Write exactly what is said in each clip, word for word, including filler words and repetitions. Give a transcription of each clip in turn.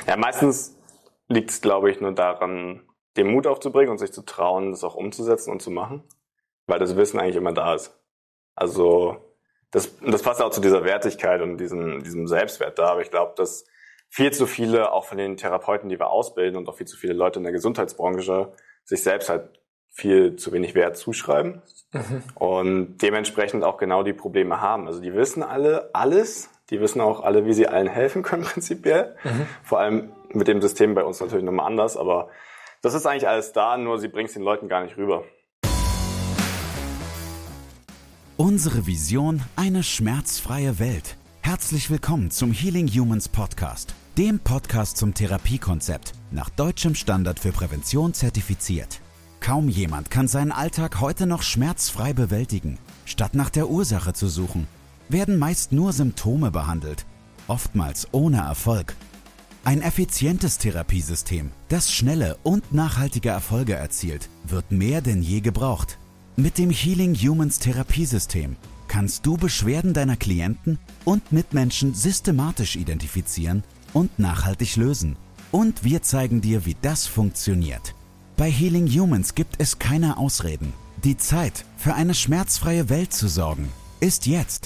Ja, meistens liegt es, glaube ich, nur daran, den Mut aufzubringen und sich zu trauen, das auch umzusetzen und zu machen, weil das Wissen eigentlich immer da ist. Also das, das passt auch zu dieser Wertigkeit und diesem, diesem Selbstwert da, aber ich glaube, dass viel zu viele, auch von den Therapeuten, die wir ausbilden und auch viel zu viele Leute in der Gesundheitsbranche, sich selbst halt viel zu wenig Wert zuschreiben mhm. und dementsprechend auch genau die Probleme haben. Also die wissen alle alles, die wissen auch alle, wie sie allen helfen können prinzipiell. Mhm. Vor allem mit dem System bei uns natürlich nochmal anders, aber das ist eigentlich alles da, nur sie bringen es den Leuten gar nicht rüber. Unsere Vision, eine schmerzfreie Welt. Herzlich willkommen zum Healing Humans Podcast, dem Podcast zum Therapiekonzept, nach deutschem Standard für Prävention zertifiziert. Kaum jemand kann seinen Alltag heute noch schmerzfrei bewältigen. Statt nach der Ursache zu suchen, werden meist nur Symptome behandelt, oftmals ohne Erfolg. Ein effizientes Therapiesystem, das schnelle und nachhaltige Erfolge erzielt, wird mehr denn je gebraucht. Mit dem Healing Humans Therapiesystem kannst du Beschwerden deiner Klienten und Mitmenschen systematisch identifizieren und nachhaltig lösen. Und wir zeigen dir, wie das funktioniert. Bei Healing Humans gibt es keine Ausreden. Die Zeit, für eine schmerzfreie Welt zu sorgen, ist jetzt.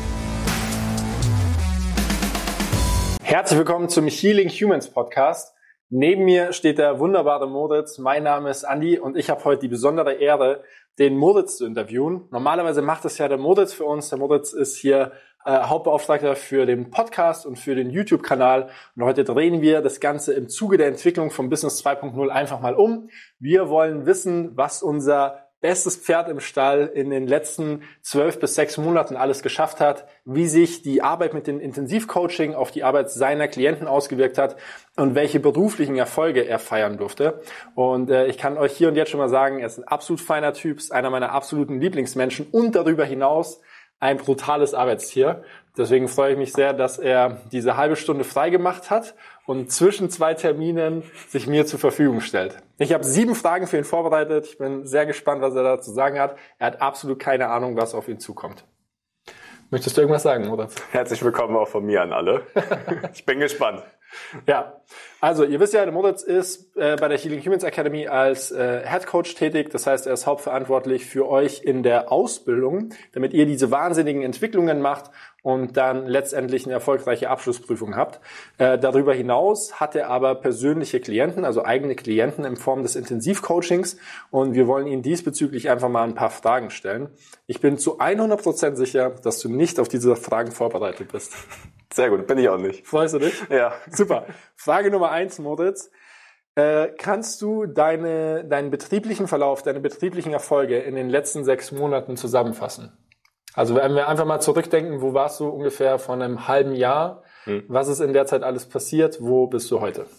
Herzlich willkommen zum Healing Humans Podcast. Neben mir steht der wunderbare Moritz. Mein Name ist Andi und ich habe heute die besondere Ehre, den Moritz zu interviewen. Normalerweise macht es ja der Moritz für uns. Der Moritz ist hier äh, Hauptbeauftragter für den Podcast und für den YouTube-Kanal. Und heute drehen wir das Ganze im Zuge der Entwicklung von Business zwei Punkt null einfach mal um. Wir wollen wissen, was unser bestes Pferd im Stall in den letzten zwölf bis sechs Monaten alles geschafft hat, wie sich die Arbeit mit dem Intensivcoaching auf die Arbeit seiner Klienten ausgewirkt hat und welche beruflichen Erfolge er feiern durfte. Und äh, ich kann euch hier und jetzt schon mal sagen, er ist ein absolut feiner Typ, ist einer meiner absoluten Lieblingsmenschen und darüber hinaus ein brutales Arbeitstier. Deswegen freue ich mich sehr, dass er diese halbe Stunde frei gemacht hat und zwischen zwei Terminen sich mir zur Verfügung stellt. Ich habe sieben Fragen für ihn vorbereitet. Ich bin sehr gespannt, was er da zu sagen hat. Er hat absolut keine Ahnung, was auf ihn zukommt. Möchtest du irgendwas sagen, Moritz? Herzlich willkommen auch von mir an alle. Ich bin gespannt. Ja, also ihr wisst ja, der Moritz ist äh, bei der Healing Humans Academy als äh, Head Coach tätig. Das heißt, er ist hauptverantwortlich für euch in der Ausbildung, damit ihr diese wahnsinnigen Entwicklungen macht und dann letztendlich eine erfolgreiche Abschlussprüfung habt. Äh, darüber hinaus hat er aber persönliche Klienten, also eigene Klienten in Form des Intensivcoachings und wir wollen ihn diesbezüglich einfach mal ein paar Fragen stellen. Ich bin zu hundert Prozent sicher, dass du nicht auf diese Fragen vorbereitet bist. Sehr gut, bin ich auch nicht. Freust du dich? Ja. Super. Frage Nummer eins, Moritz. Äh, kannst du deine, deinen betrieblichen Verlauf, deine betrieblichen Erfolge in den letzten sechs Monaten zusammenfassen? Also wenn wir einfach mal zurückdenken, wo warst du ungefähr vor einem halben Jahr? Hm. Was ist in der Zeit alles passiert? Wo bist du heute?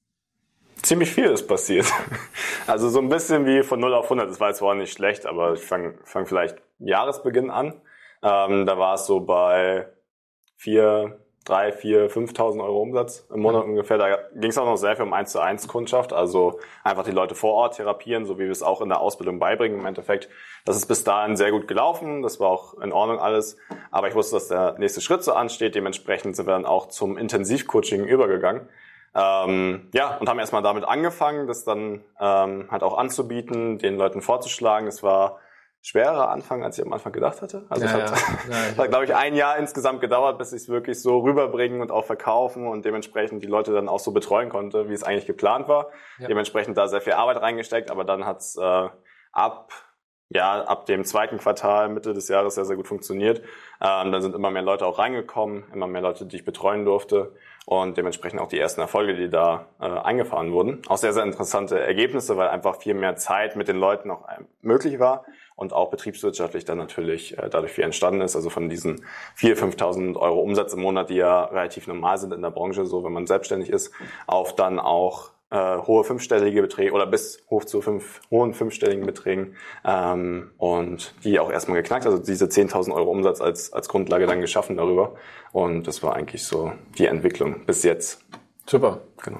Ziemlich viel ist passiert. Also so ein bisschen wie von null auf hundert. Das war jetzt auch nicht schlecht, aber ich fange fang vielleicht Jahresbeginn an. Ähm, da war es so bei vier, drei, vier, fünftausend Euro Umsatz im Monat ungefähr. Da ging es auch noch sehr viel um eins zu eins Kundschaft, also einfach die Leute vor Ort therapieren, so wie wir es auch in der Ausbildung beibringen im Endeffekt. Das ist bis dahin sehr gut gelaufen, das war auch in Ordnung alles, aber ich wusste, dass der nächste Schritt so ansteht, dementsprechend sind wir dann auch zum Intensivcoaching übergegangen. Ähm, ja, und haben erstmal damit angefangen, das dann ähm, halt auch anzubieten, den Leuten vorzuschlagen. Es war schwerer Anfang, als ich am Anfang gedacht hatte. Also ja, es hat, ja. Ja, hat glaube ich, ein Jahr insgesamt gedauert, bis ich es wirklich so rüberbringen und auch verkaufen und dementsprechend die Leute dann auch so betreuen konnte, wie es eigentlich geplant war. Ja. Dementsprechend da sehr viel Arbeit reingesteckt, aber dann hat es äh, ab ja ab dem zweiten Quartal, Mitte des Jahres sehr, sehr gut funktioniert. Ähm, dann sind immer mehr Leute auch reingekommen, immer mehr Leute, die ich betreuen durfte und dementsprechend auch die ersten Erfolge, die da äh, eingefahren wurden. Auch sehr, sehr interessante Ergebnisse, weil einfach viel mehr Zeit mit den Leuten auch möglich war und auch betriebswirtschaftlich dann natürlich äh, dadurch viel entstanden ist. Also von diesen viertausend, fünftausend Euro Umsatz im Monat, die ja relativ normal sind in der Branche, so wenn man selbstständig ist, auf dann auch äh, hohe fünfstellige Beträge oder bis hoch zu fünf, hohen fünfstelligen Beträgen ähm, und die auch erstmal geknackt. Also diese zehntausend Euro Umsatz als als Grundlage dann geschaffen darüber. Und das war eigentlich so die Entwicklung bis jetzt. Super. Genau.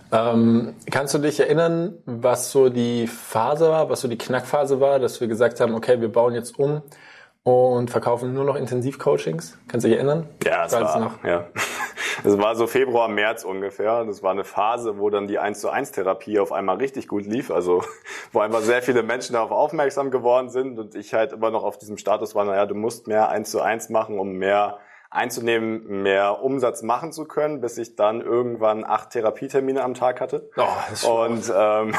Ähm, kannst du dich erinnern, was so die Phase war, was so die Knackphase war, dass wir gesagt haben, okay, wir bauen jetzt um und verkaufen nur noch Intensivcoachings? Kannst du dich erinnern? Ja, es war, noch? ja. Es war so Februar, März ungefähr. Das war eine Phase, wo dann die eins zu eins Therapie auf einmal richtig gut lief. Also wo einfach sehr viele Menschen darauf aufmerksam geworden sind und ich halt immer noch auf diesem Status war, naja, du musst mehr eins zu eins machen, um mehr einzunehmen, mehr Umsatz machen zu können, bis ich dann irgendwann acht Therapietermine am Tag hatte. Oh, das ist und ähm,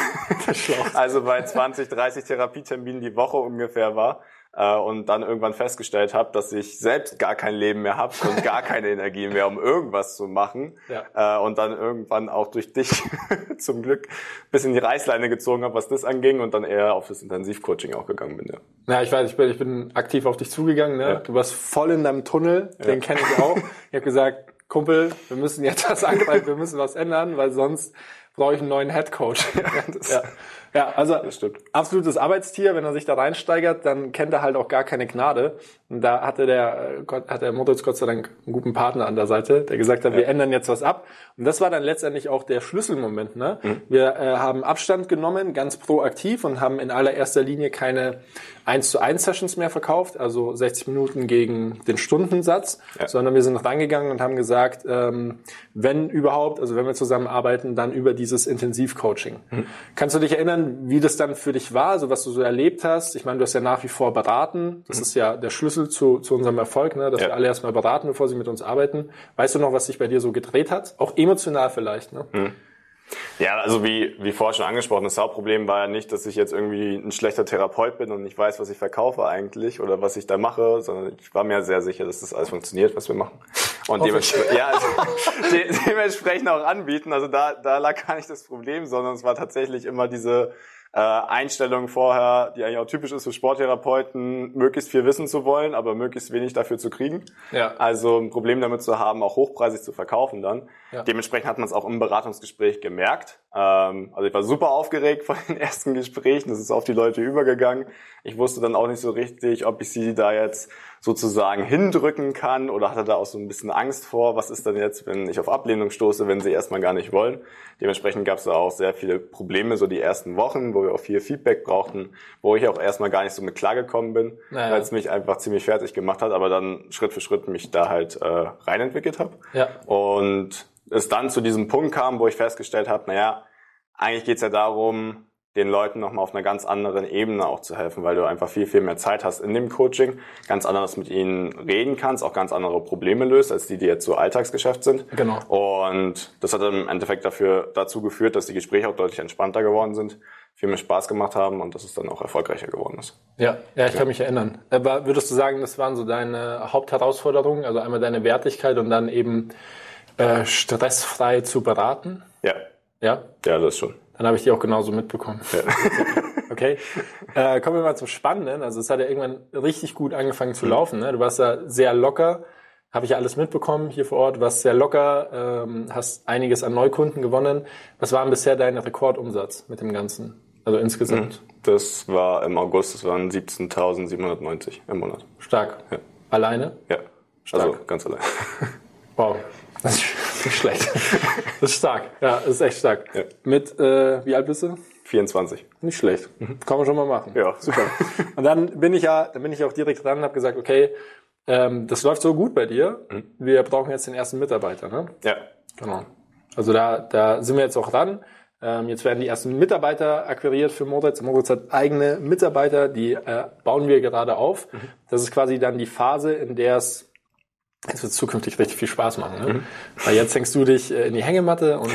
also bei zwanzig, dreißig Therapieterminen die Woche ungefähr war. Und dann irgendwann festgestellt habe, dass ich selbst gar kein Leben mehr habe und gar keine Energie mehr, um irgendwas zu machen. Ja. Und dann irgendwann auch durch dich zum Glück ein bisschen die Reißleine gezogen habe, was das anging und dann eher auf das Intensivcoaching auch gegangen bin. Ja, ja ich weiß, ich bin, ich bin aktiv auf dich zugegangen. Ne? Ja. Du warst voll in deinem Tunnel, den ja. kenne ich auch. Ich habe gesagt, Kumpel, wir müssen jetzt was angreifen, wir müssen was ändern, weil sonst brauche ich einen neuen Headcoach. ja. Ja, also absolutes Arbeitstier. Wenn er sich da reinsteigert, dann kennt er halt auch gar keine Gnade. Und da hatte der, hat der Moritz Gott sei Dank einen guten Partner an der Seite, der gesagt hat, ja. wir ändern jetzt was ab. Und das war dann letztendlich auch der Schlüsselmoment. Ne? Mhm. Wir äh, haben Abstand genommen, ganz proaktiv und haben in allererster Linie keine eins zu eins Sessions mehr verkauft, also sechzig Minuten gegen den Stundensatz, ja. sondern wir sind rangegangen und haben gesagt, ähm, wenn überhaupt, also wenn wir zusammenarbeiten, dann über dieses Intensivcoaching. Mhm. Kannst du dich erinnern, wie das dann für dich war, also was du so erlebt hast? Ich meine, du hast ja nach wie vor beraten. Das mhm. ist ja der Schlüssel zu, zu unserem Erfolg, ne? dass ja. wir alle erstmal beraten, bevor sie mit uns arbeiten. Weißt du noch, was sich bei dir so gedreht hat? Auch emotional vielleicht, ne? Mhm. Ja, also wie, wie vorher schon angesprochen, das Hauptproblem war ja nicht, dass ich jetzt irgendwie ein schlechter Therapeut bin und nicht weiß, was ich verkaufe eigentlich oder was ich da mache, sondern ich war mir sehr sicher, dass das alles funktioniert, was wir machen. Und dementsprechend, ja, also, de- dementsprechend auch anbieten. Also da, da lag gar nicht das Problem, sondern es war tatsächlich immer diese äh, Einstellung vorher, die eigentlich auch typisch ist für Sporttherapeuten, möglichst viel wissen zu wollen, aber möglichst wenig dafür zu kriegen. Ja. Also ein Problem damit zu haben, auch hochpreisig zu verkaufen dann. Ja. Dementsprechend hat man es auch im Beratungsgespräch gemerkt. Ähm, also ich war super aufgeregt vor den ersten Gesprächen, das ist auf die Leute übergegangen. Ich wusste dann auch nicht so richtig, ob ich sie da jetzt sozusagen hindrücken kann oder hatte da auch so ein bisschen Angst vor, was ist denn jetzt, wenn ich auf Ablehnung stoße, wenn sie erstmal gar nicht wollen. Dementsprechend gab es da auch sehr viele Probleme, so die ersten Wochen, wo wir auch viel Feedback brauchten, wo ich auch erstmal gar nicht so mit klargekommen bin, naja. weil es mich einfach ziemlich fertig gemacht hat, aber dann Schritt für Schritt mich da halt äh, reinentwickelt habe. Ja. Und es dann zu diesem Punkt kam, wo ich festgestellt habe, naja, eigentlich geht's ja darum, den Leuten nochmal auf einer ganz anderen Ebene auch zu helfen, weil du einfach viel, viel mehr Zeit hast in dem Coaching, ganz anders mit ihnen reden kannst, auch ganz andere Probleme löst, als die, die jetzt so Alltagsgeschäft sind. Genau. Und das hat im Endeffekt dafür, dazu geführt, dass die Gespräche auch deutlich entspannter geworden sind, viel mehr Spaß gemacht haben und dass es dann auch erfolgreicher geworden ist. Ja, ja, ich kann ja. mich erinnern. Aber würdest du sagen, das waren so deine Hauptherausforderungen, also einmal deine Wertigkeit und dann eben äh, stressfrei zu beraten? Ja. Ja? Ja, das schon. Dann habe ich die auch genauso mitbekommen. Ja. Okay. Äh, kommen wir mal zum Spannenden. Also es hat ja irgendwann richtig gut angefangen zu mhm. laufen. Ne? Du warst da sehr locker, habe ich ja alles mitbekommen hier vor Ort. Du warst sehr locker, ähm, hast einiges an Neukunden gewonnen. Was war denn bisher dein Rekordumsatz mit dem Ganzen? Also insgesamt? Das war im August, das waren siebzehntausendsiebenhundertneunzig im Monat. Stark. Ja. Alleine? Ja. Stark. Also ganz allein. Wow. Das ist nicht schlecht. Das ist stark. Ja, das ist echt stark. Ja. Mit, äh, wie alt bist du? vierundzwanzig. Nicht schlecht. Mhm. Kann man schon mal machen. Ja. Super. Und dann bin ich ja, dann bin ich auch direkt dran und habe gesagt, okay, ähm, das läuft so gut bei dir. Mhm. Wir brauchen jetzt den ersten Mitarbeiter, ne? Ja. Genau. Also da, da sind wir jetzt auch dran. Ähm, jetzt werden die ersten Mitarbeiter akquiriert für Moritz. Moritz hat eigene Mitarbeiter, die äh, bauen wir gerade auf. Mhm. Das ist quasi dann die Phase, in der es Jetzt wird es zukünftig richtig viel Spaß machen, ne? Mhm. Weil jetzt hängst du dich in die Hängematte und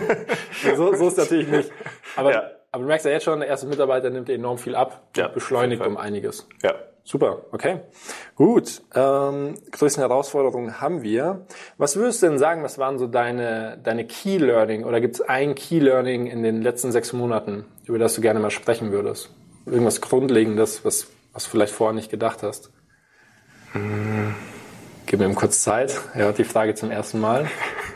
so, so ist natürlich nicht. Aber, ja. aber du merkst ja jetzt schon, der erste Mitarbeiter nimmt enorm viel ab und ja, beschleunigt um einiges. Ja. Super, okay. Gut. Ähm, größten Herausforderungen haben wir. Was würdest du denn sagen, was waren so deine, deine Key Learning oder gibt es ein Key Learning in den letzten sechs Monaten, über das du gerne mal sprechen würdest? Irgendwas Grundlegendes, was, was du vielleicht vorher nicht gedacht hast? Mhm. Gib mir ihm kurz Zeit. Er hört die Frage zum ersten Mal.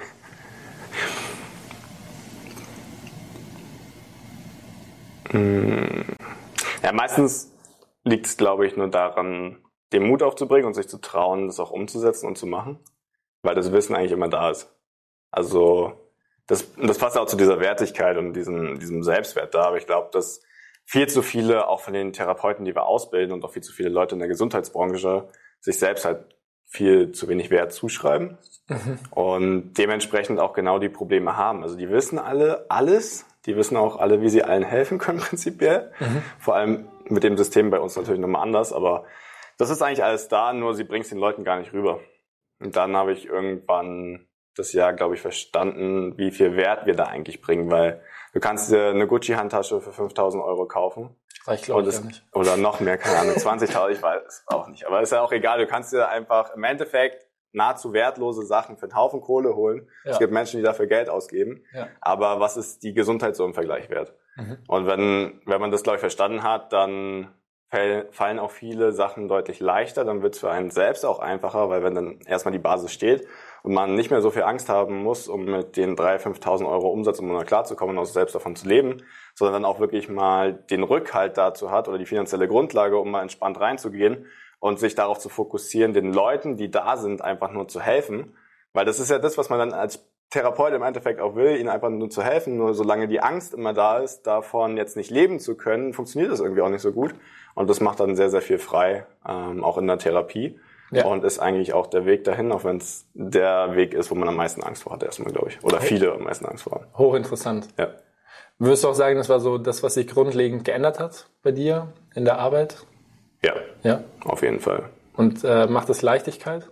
Ja, meistens liegt es, glaube ich, nur daran, den Mut aufzubringen und sich zu trauen, das auch umzusetzen und zu machen, weil das Wissen eigentlich immer da ist. Also das, das passt auch zu dieser Wertigkeit und diesem, diesem Selbstwert da. Aber ich glaube, dass viel zu viele, auch von den Therapeuten, die wir ausbilden und auch viel zu viele Leute in der Gesundheitsbranche, sich selbst halt viel zu wenig Wert zuschreiben mhm. und dementsprechend auch genau die Probleme haben. Also die wissen alle alles, die wissen auch alle, wie sie allen helfen können prinzipiell. Mhm. Vor allem mit dem System bei uns natürlich nochmal anders, aber das ist eigentlich alles da, nur sie bringen es den Leuten gar nicht rüber. Und dann habe ich irgendwann das Jahr, glaube ich, verstanden, wie viel Wert wir da eigentlich bringen, weil du kannst dir eine Gucci-Handtasche für fünftausend Euro kaufen. Ich glaube ja nicht. Oder noch mehr, keine Ahnung, zwanzigtausend, ich weiß es auch nicht. Aber ist ja auch egal, du kannst dir einfach im Endeffekt nahezu wertlose Sachen für einen Haufen Kohle holen. Ja. Es gibt Menschen, die dafür Geld ausgeben. Ja. Aber was ist die Gesundheit so im Vergleich wert? Mhm. Und wenn, wenn man das, glaube ich, verstanden hat, dann fallen auch viele Sachen deutlich leichter. Dann wird es für einen selbst auch einfacher, weil wenn dann erstmal die Basis steht und man nicht mehr so viel Angst haben muss, um mit den dreitausend, fünftausend Euro Umsatz im Monat klarzukommen und auch selbst davon zu leben, sondern dann auch wirklich mal den Rückhalt dazu hat oder die finanzielle Grundlage, um mal entspannt reinzugehen und sich darauf zu fokussieren, den Leuten, die da sind, einfach nur zu helfen. Weil das ist ja das, was man dann als Therapeut im Endeffekt auch will, ihnen einfach nur zu helfen. Nur solange die Angst immer da ist, davon jetzt nicht leben zu können, funktioniert das irgendwie auch nicht so gut. Und das macht dann sehr, sehr viel frei, ähm, auch in der Therapie. Ja. Und ist eigentlich auch der Weg dahin, auch wenn es der Weg ist, wo man am meisten Angst vor hat, erstmal, glaube ich. Oder okay. viele am meisten Angst vor haben. Hochinteressant. Ja. Würdest du auch sagen, das war so das, was sich grundlegend geändert hat bei dir in der Arbeit? Ja, ja? Auf jeden Fall. Und äh, macht es Leichtigkeit?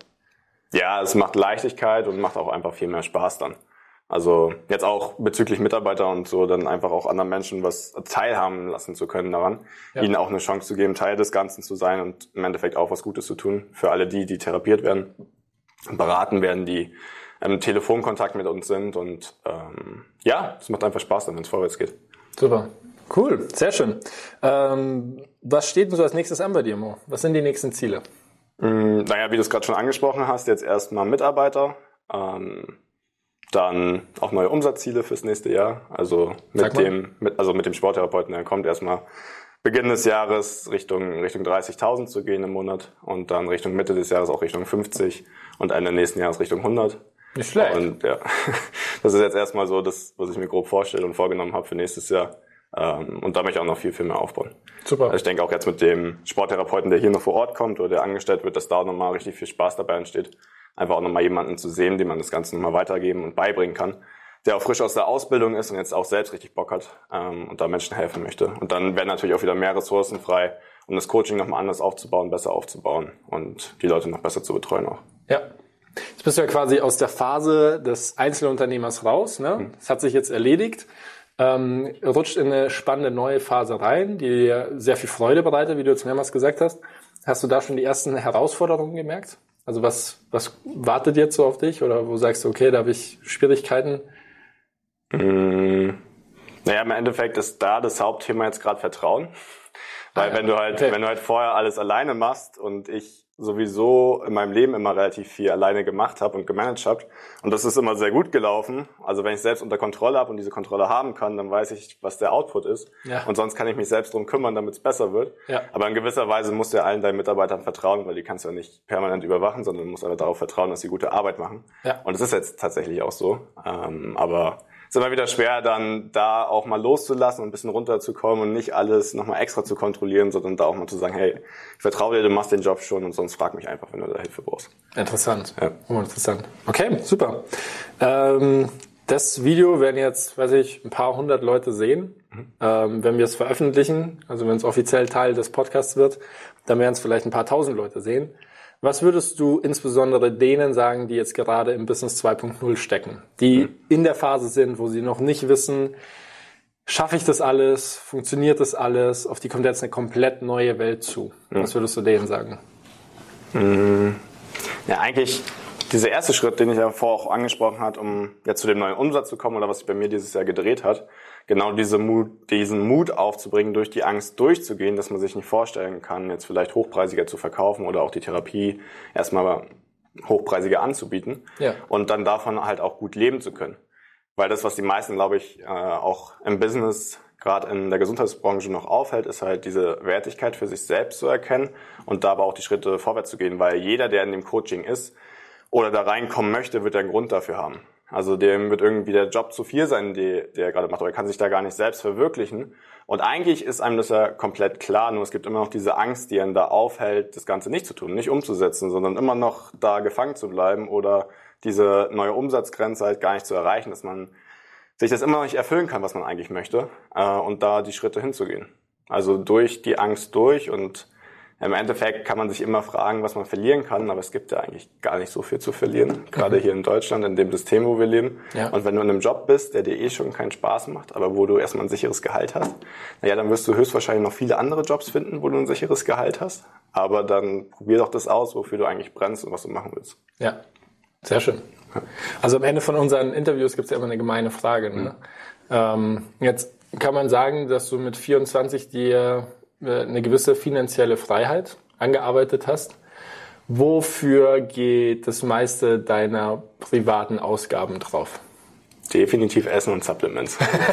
Ja, es macht Leichtigkeit und macht auch einfach viel mehr Spaß dann. Also jetzt auch bezüglich Mitarbeiter und so, dann einfach auch anderen Menschen was teilhaben lassen zu können daran, ja. ihnen auch eine Chance zu geben, Teil des Ganzen zu sein und im Endeffekt auch was Gutes zu tun für alle die, die therapiert werden, beraten werden, die im Telefonkontakt mit uns sind und ähm, ja, es macht einfach Spaß dann, wenn es vorwärts geht. Super, cool, sehr schön. Ähm, was steht denn so als nächstes an bei dir, Mo? Was sind die nächsten Ziele? Mm, naja, wie du es gerade schon angesprochen hast, jetzt erstmal Mitarbeiter, ähm, dann auch neue Umsatzziele fürs nächste Jahr. Also mit dem, mit, also mit dem Sporttherapeuten, der kommt erstmal Beginn des Jahres Richtung, Richtung dreißigtausend zu gehen im Monat und dann Richtung Mitte des Jahres auch Richtung fünfzig und Ende nächsten Jahres Richtung hundert. Nicht schlecht. Und ja, das ist jetzt erstmal so das, was ich mir grob vorstelle und vorgenommen habe für nächstes Jahr. Und da möchte ich auch noch viel, viel mehr aufbauen. Super. Also ich denke auch jetzt mit dem Sporttherapeuten, der hier noch vor Ort kommt oder der angestellt wird, dass da auch nochmal richtig viel Spaß dabei entsteht. Einfach auch nochmal jemanden zu sehen, dem man das Ganze nochmal weitergeben und beibringen kann, der auch frisch aus der Ausbildung ist und jetzt auch selbst richtig Bock hat ähm, und da Menschen helfen möchte. Und dann werden natürlich auch wieder mehr Ressourcen frei, um das Coaching nochmal anders aufzubauen, besser aufzubauen und die Leute noch besser zu betreuen auch. Ja. Jetzt bist du ja quasi aus der Phase des Einzelunternehmers raus, ne? Hm. Das hat sich jetzt erledigt. Ähm, rutscht in eine spannende neue Phase rein, die dir sehr viel Freude bereitet, wie du jetzt mehrmals gesagt hast. Hast du da schon die ersten Herausforderungen gemerkt? Also was, was wartet jetzt so auf dich? Oder wo sagst du, okay, da habe ich Schwierigkeiten? Mmh, naja, im Endeffekt ist da das Hauptthema jetzt gerade Vertrauen. Weil ah, ja. wenn du halt, okay. wenn du halt vorher alles alleine machst und ich sowieso in meinem Leben immer relativ viel alleine gemacht habe und gemanagt habe. Und das ist immer sehr gut gelaufen. Also wenn ich selbst unter Kontrolle habe und diese Kontrolle haben kann, dann weiß ich, was der Output ist. Ja. Und sonst kann ich mich selbst drum kümmern, damit es besser wird. Ja. Aber in gewisser Weise musst du ja allen deinen Mitarbeitern vertrauen, weil die kannst du ja nicht permanent überwachen, sondern du musst einfach darauf vertrauen, dass sie gute Arbeit machen. Ja. Und das ist jetzt tatsächlich auch so. Ähm, aber es ist immer wieder schwer, dann da auch mal loszulassen und ein bisschen runterzukommen und nicht alles nochmal extra zu kontrollieren, sondern da auch mal zu sagen, hey, ich vertraue dir, du machst den Job schon und sonst frag mich einfach, wenn du da Hilfe brauchst. Interessant. Ja. Oh, interessant. Okay, super. Ähm, das Video werden jetzt, weiß ich, ein paar hundert Leute sehen. Mhm. Ähm, wenn wir es veröffentlichen, also wenn es offiziell Teil des Podcasts wird, dann werden es vielleicht ein paar tausend Leute sehen. Was würdest du insbesondere denen sagen, die jetzt gerade im Business zwei Punkt null stecken, die mhm. in der Phase sind, wo sie noch nicht wissen, schaffe ich das alles, funktioniert das alles, auf die kommt jetzt eine komplett neue Welt zu? Mhm. Was würdest du denen sagen? Mhm. Ja, eigentlich dieser erste Schritt, den ich ja vorher auch angesprochen habe, um jetzt zu dem neuen Umsatz zu kommen oder was sich bei mir dieses Jahr gedreht hat, genau diese Mut, diesen Mut aufzubringen, durch die Angst durchzugehen, dass man sich nicht vorstellen kann, jetzt vielleicht hochpreisiger zu verkaufen oder auch die Therapie erstmal hochpreisiger anzubieten ja. und dann davon halt auch gut leben zu können. Weil das, was die meisten, glaube ich, auch im Business, gerade in der Gesundheitsbranche noch aufhält, ist halt diese Wertigkeit für sich selbst zu erkennen und da aber auch die Schritte vorwärts zu gehen, weil jeder, der in dem Coaching ist oder da reinkommen möchte, wird einen Grund dafür haben. Also dem wird irgendwie der Job zu viel sein, die, der er gerade macht, oder er kann sich da gar nicht selbst verwirklichen. Und eigentlich ist einem das ja komplett klar, nur es gibt immer noch diese Angst, die einen da aufhält, das Ganze nicht zu tun, nicht umzusetzen, sondern immer noch da gefangen zu bleiben oder diese neue Umsatzgrenze halt gar nicht zu erreichen, dass man sich das immer noch nicht erfüllen kann, was man eigentlich möchte, äh, und da die Schritte hinzugehen. Also durch die Angst durch, und im Endeffekt kann man sich immer fragen, was man verlieren kann, aber es gibt ja eigentlich gar nicht so viel zu verlieren, gerade hier in Deutschland, in dem System, wo wir leben. Ja. Und wenn du in einem Job bist, der dir eh schon keinen Spaß macht, aber wo du erstmal ein sicheres Gehalt hast, naja, dann wirst du höchstwahrscheinlich noch viele andere Jobs finden, wo du ein sicheres Gehalt hast, aber dann probier doch das aus, wofür du eigentlich brennst und was du machen willst. Ja, sehr schön. Also am Ende von unseren Interviews gibt es ja immer eine gemeine Frage. Ne? Mhm. Ähm, jetzt kann man sagen, dass du mit vierundzwanzig dir eine gewisse finanzielle Freiheit angearbeitet hast. Wofür geht das meiste deiner privaten Ausgaben drauf? Definitiv Essen und Supplements.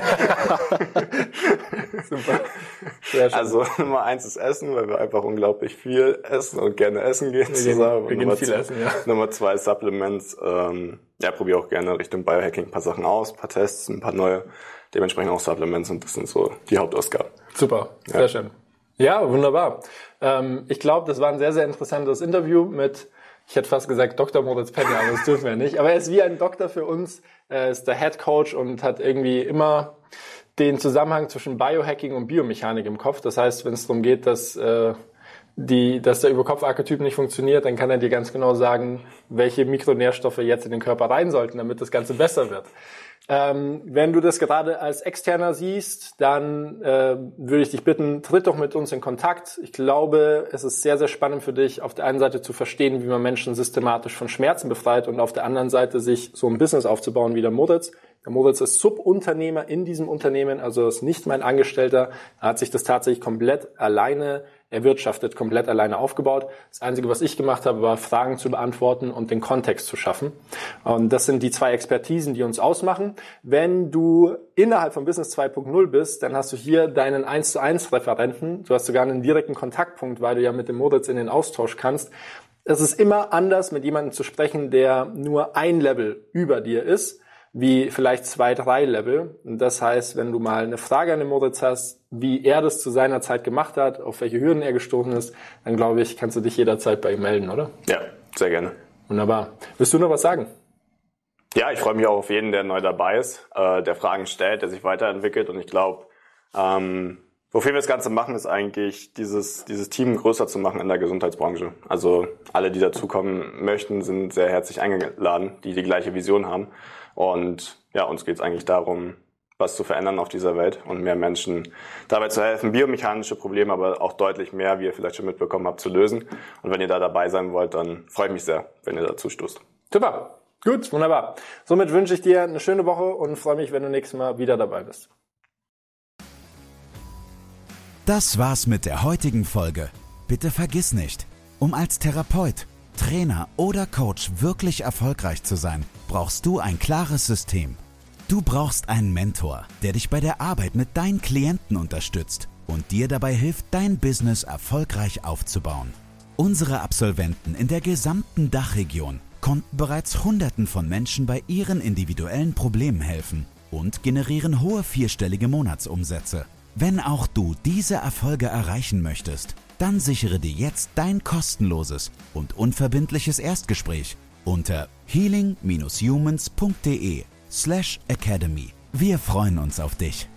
Super. Sehr schön. Also Nummer eins ist Essen, weil wir einfach unglaublich viel essen und gerne essen gehen wir zusammen. Gehen, wir gehen viel zwei, essen, ja. Nummer zwei ist Supplements. Ähm, ja, probiere auch gerne Richtung Biohacking ein paar Sachen aus, ein paar Tests, ein paar neue. Dementsprechend auch Supplements, und das sind so die Hauptausgaben. Super, sehr ja. schön. Ja, wunderbar. Ähm, ich glaube, das war ein sehr, sehr interessantes Interview mit, ich hätte fast gesagt Doktor Moritz Penner, aber das dürfen wir nicht. Aber er ist wie ein Doktor für uns, er ist der Head Coach und hat irgendwie immer den Zusammenhang zwischen Biohacking und Biomechanik im Kopf. Das heißt, wenn es darum geht, dass, äh, die, dass der Überkopf-Archetyp nicht funktioniert, dann kann er dir ganz genau sagen, welche Mikronährstoffe jetzt in den Körper rein sollten, damit das Ganze besser wird. Ähm, wenn du das gerade als Externer siehst, dann äh, würde ich dich bitten, tritt doch mit uns in Kontakt. Ich glaube, es ist sehr, sehr spannend für dich, auf der einen Seite zu verstehen, wie man Menschen systematisch von Schmerzen befreit, und auf der anderen Seite sich so ein Business aufzubauen wie der Moritz. Der Moritz ist Subunternehmer in diesem Unternehmen, also ist nicht mein Angestellter. Er hat sich das tatsächlich komplett alleine erwirtschaftet, komplett alleine aufgebaut. Das Einzige, was ich gemacht habe, war Fragen zu beantworten und den Kontext zu schaffen. Und das sind die zwei Expertisen, die uns ausmachen. Wenn du innerhalb von Business zwei Punkt null bist, dann hast du hier deinen eins zu eins Referenten. Du hast sogar einen direkten Kontaktpunkt, weil du ja mit dem Moritz in den Austausch kannst. Es ist immer anders, mit jemandem zu sprechen, der nur ein Level über dir ist, wie vielleicht zwei, drei Level. Und das heißt, wenn du mal eine Frage an den Moritz hast, wie er das zu seiner Zeit gemacht hat, auf welche Hürden er gestoßen ist, dann glaube ich, kannst du dich jederzeit bei ihm melden, oder? Ja, sehr gerne. Wunderbar. Willst du noch was sagen? Ja, ich freue mich auch auf jeden, der neu dabei ist, äh, der Fragen stellt, der sich weiterentwickelt. Und ich glaube, ähm, wofür wir das Ganze machen, ist eigentlich dieses, dieses Team größer zu machen in der Gesundheitsbranche. Also alle, die dazukommen möchten, sind sehr herzlich eingeladen, die die gleiche Vision haben. Und ja, uns geht es eigentlich darum, was zu verändern auf dieser Welt und mehr Menschen dabei zu helfen, biomechanische Probleme, aber auch deutlich mehr, wie ihr vielleicht schon mitbekommen habt, zu lösen. Und wenn ihr da dabei sein wollt, dann freue ich mich sehr, wenn ihr dazu stoßt. Super, gut, wunderbar. Somit wünsche ich dir eine schöne Woche und freue mich, wenn du nächstes Mal wieder dabei bist. Das war's mit der heutigen Folge. Bitte vergiss nicht, um als Therapeut, Trainer oder Coach wirklich erfolgreich zu sein, brauchst du ein klares System. Du brauchst einen Mentor, der dich bei der Arbeit mit deinen Klienten unterstützt und dir dabei hilft, dein Business erfolgreich aufzubauen. Unsere Absolventen in der gesamten Dachregion konnten bereits Hunderten von Menschen bei ihren individuellen Problemen helfen und generieren hohe vierstellige Monatsumsätze. Wenn auch du diese Erfolge erreichen möchtest, dann sichere dir jetzt dein kostenloses und unverbindliches Erstgespräch unter healing dash humans punkt de slash academy. Wir freuen uns auf dich.